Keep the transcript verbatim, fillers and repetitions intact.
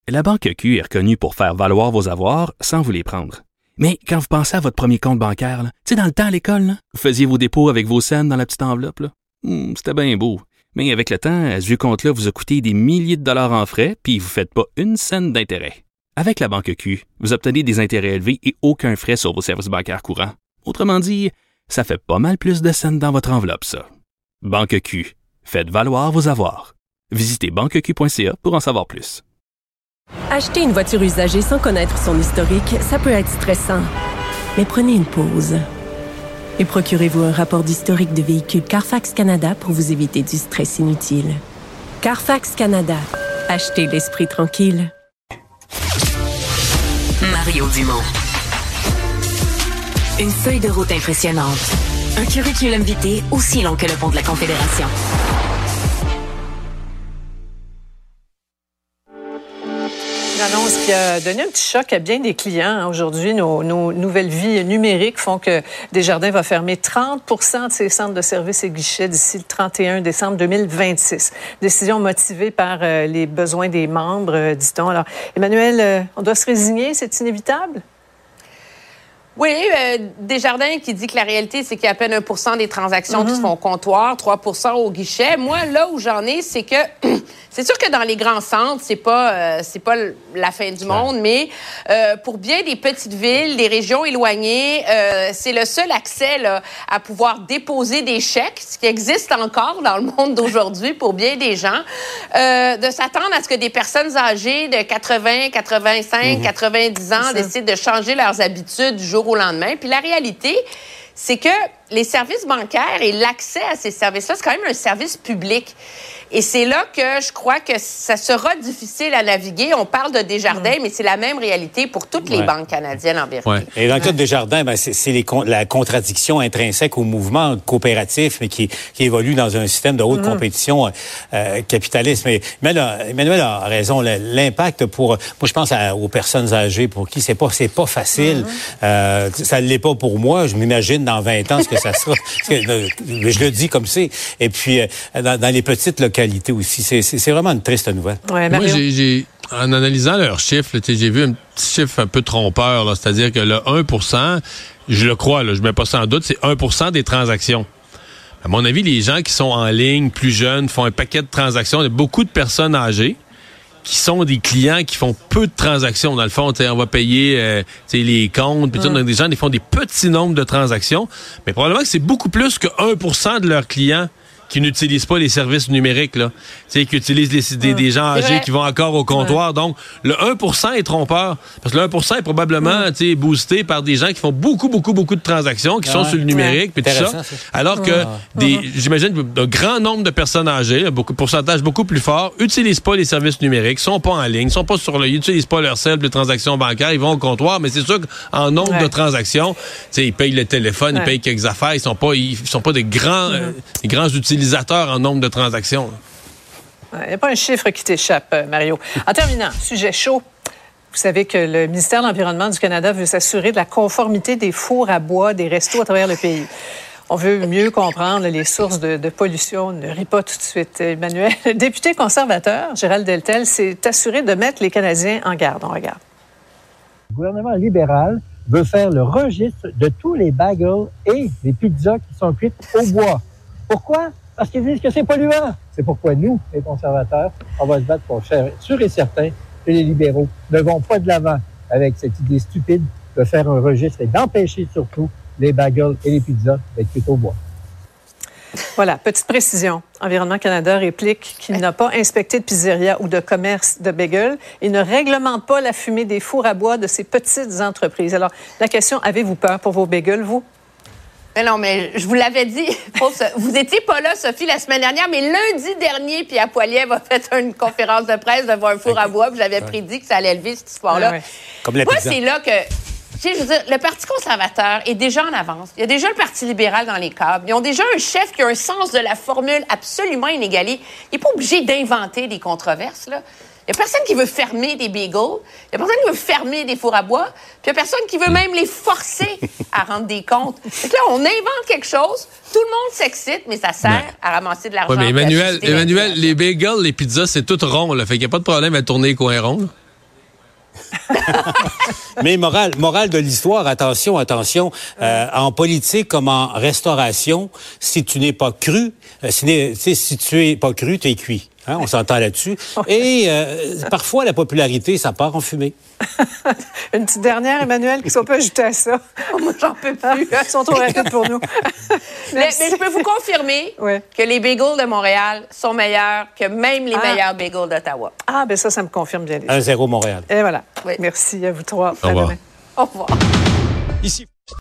La Banque Q est reconnue pour faire valoir vos avoirs sans vous les prendre. Mais quand vous pensez à votre premier compte bancaire, tu sais, dans le temps à l'école, là, vous faisiez vos dépôts avec vos scènes dans la petite enveloppe. Là. Hum, c'était bien beau. Mais avec le temps, à ce vieux compte-là vous a coûté des milliers de dollars en frais, puis vous ne faites pas une scène d'intérêt. Avec la Banque Q, vous obtenez des intérêts élevés et aucun frais sur vos services bancaires courants. Autrement dit, ça fait pas mal plus de scènes dans votre enveloppe, ça. Banque Q. Faites valoir vos avoirs. Visitez banque q point c a pour en savoir plus. Acheter une voiture usagée sans connaître son historique, ça peut être stressant. Mais prenez une pause. Et procurez-vous un rapport d'historique de véhicule Carfax Canada pour vous éviter du stress inutile. Carfax Canada. Achetez l'esprit tranquille. Mario Dumont. Une feuille de route impressionnante. Un curriculum vitae aussi long que le pont de la Confédération. Une annonce qui a donné un petit choc à bien des clients. Aujourd'hui, nos, nos nouvelles vies numériques font que Desjardins va fermer trente pour cent de ses centres de services et guichets d'ici le trente et un décembre deux mille vingt-six. Décision motivée par euh, les besoins des membres, euh, dit-on. Alors, Emmanuel, euh, on doit se résigner, c'est inévitable? Oui, euh, Desjardins qui dit que la réalité, c'est qu'il y a à peine un pour cent des transactions mm-hmm. qui se font au comptoir, trois pour cent au guichet. Moi, là où j'en ai, c'est que c'est sûr que dans les grands centres, c'est pas euh, c'est pas la fin du monde, mais euh, pour bien des petites villes, des régions éloignées, euh, c'est le seul accès là, à pouvoir déposer des chèques, ce qui existe encore dans le monde d'aujourd'hui pour bien des gens, euh, de s'attendre à ce que des personnes âgées de quatre-vingts, quatre-vingt-cinq, mm-hmm. quatre-vingt-dix ans décident de changer leurs habitudes du jour au lendemain. Puis la réalité, c'est que les services bancaires et l'accès à ces services-là, c'est quand même un service public. Et c'est là que je crois que ça sera difficile à naviguer. On parle de Desjardins, mmh. mais c'est la même réalité pour toutes les ouais. banques canadiennes en vérité. Ouais. Et dans le cas de Desjardins, ben, c'est, c'est les con- la contradiction intrinsèque au mouvement coopératif, mais qui, qui évolue dans un système de haute mmh. compétition euh, capitaliste. Mais Emmanuel, Emmanuel a raison. L'impact pour, moi je pense à, aux personnes âgées pour qui c'est pas, c'est pas facile. Mmh. Euh, ça ne l'est pas pour moi. Je m'imagine dans vingt ans ce que ça sera. Je le dis comme c'est. Et puis dans, dans les petites localités aussi. C'est, c'est, c'est vraiment une triste nouvelle. Ouais, Moi, j'ai, j'ai, en analysant leurs chiffres, là, j'ai vu un petit chiffre un peu trompeur. Là, c'est-à-dire que le un pour cent, je le crois, là, je ne mets pas ça en doute, c'est un pour cent des transactions. À mon avis, les gens qui sont en ligne, plus jeunes, font un paquet de transactions. Il y a beaucoup de personnes âgées qui sont des clients qui font peu de transactions. Dans le fond, on va payer euh, les comptes, puis mm. des gens qui font des petits nombres de transactions. Mais probablement que c'est beaucoup plus que un pour cent de leurs clients qui n'utilisent pas les services numériques, là. Tu sais, qui utilisent les, des, des gens âgés qui vont encore au comptoir. Ouais. Donc, le un pour cent est trompeur. Parce que le un pour cent est probablement, mm. tu sais, boosté par des gens qui font beaucoup, beaucoup, beaucoup de transactions, qui ah sont ouais. sur le numérique, puis ouais. tout ça. ça. Alors que, ah. des, mm-hmm. j'imagine, un grand nombre de personnes âgées, un beaucoup, pourcentage beaucoup plus fort, utilisent pas les services numériques, sont pas en ligne, sont pas sur le, ils utilisent pas leur cell de transactions bancaires, ils vont au comptoir, mais c'est sûr qu'en nombre ouais. de transactions, tu sais, ils payent le téléphone, ouais. ils payent quelques affaires, ils sont pas, ils sont pas des grands, mm. euh, des grands utilisateurs en nombre de transactions. Il n'y a pas un chiffre qui t'échappe, Mario. En terminant, sujet chaud. Vous savez que le ministère de l'Environnement du Canada veut s'assurer de la conformité des fours à bois des restos à travers le pays. On veut mieux comprendre les sources de, de pollution. Ne ris pas tout de suite, Emmanuel. Le député conservateur, Gérald Deltel, s'est assuré de mettre les Canadiens en garde. On regarde. Le gouvernement libéral veut faire le registre de tous les bagels et les pizzas qui sont cuites au bois. Pourquoi? Parce qu'ils disent que c'est polluant. C'est pourquoi nous, les conservateurs, on va se battre pour faire sûr et certain que les libéraux ne vont pas de l'avant avec cette idée stupide de faire un registre et d'empêcher surtout les bagels et les pizzas d'être cuites au bois. Voilà, petite précision. Environnement Canada réplique qu'il n'a pas inspecté de pizzeria ou de commerce de bagels et ne réglemente pas la fumée des fours à bois de ces petites entreprises. Alors, la question, avez-vous peur pour vos bagels, vous? Mais non, mais je vous l'avais dit. Vous étiez pas là, Sophie, la semaine dernière, mais lundi dernier, Pierre Poilievre a fait une conférence de presse devant un four à bois, puis j'avais prédit que ça allait lever cette histoire-là. Ouais, ouais. Comme la Moi, pizza. C'est là que... Tu sais, je veux dire, le Parti conservateur est déjà en avance. Il y a déjà le Parti libéral dans les câbles. Ils ont déjà un chef qui a un sens de la formule absolument inégalé. Il n'est pas obligé d'inventer des controverses, là. Il n'y a personne qui veut fermer des bagels. Il n'y a personne qui veut fermer des fours à bois. Puis il n'y a personne qui veut même les forcer à rendre des comptes. Donc là, on invente quelque chose, tout le monde s'excite, mais ça sert ouais. à ramasser de l'argent. Oui, mais Emmanuel, Emmanuel les bagels, les pizzas, c'est tout rond, là. Fait qu'il n'y a pas de problème à tourner les coins ronds, là. Mais morale, morale de l'histoire, attention, attention, euh, en politique comme en restauration, si tu n'es pas cru, euh, si, si tu es pas cru, tu es cuit. Hein, on s'entend là-dessus. Et euh, parfois, la popularité, ça part en fumée. Une petite dernière, Emmanuel, qu'est-ce qu'on peut ajouter à ça? Oh, moi, j'en peux plus. Ils sont trop rapides pour nous. mais, mais je peux vous confirmer ouais. que les bagels de Montréal sont meilleurs que même les ah. meilleurs bagels d'Ottawa. Ah, bien ça, ça me confirme bien. un zéro Montréal. Et voilà. Oui. Merci à vous trois. Au revoir. Au revoir. Ici.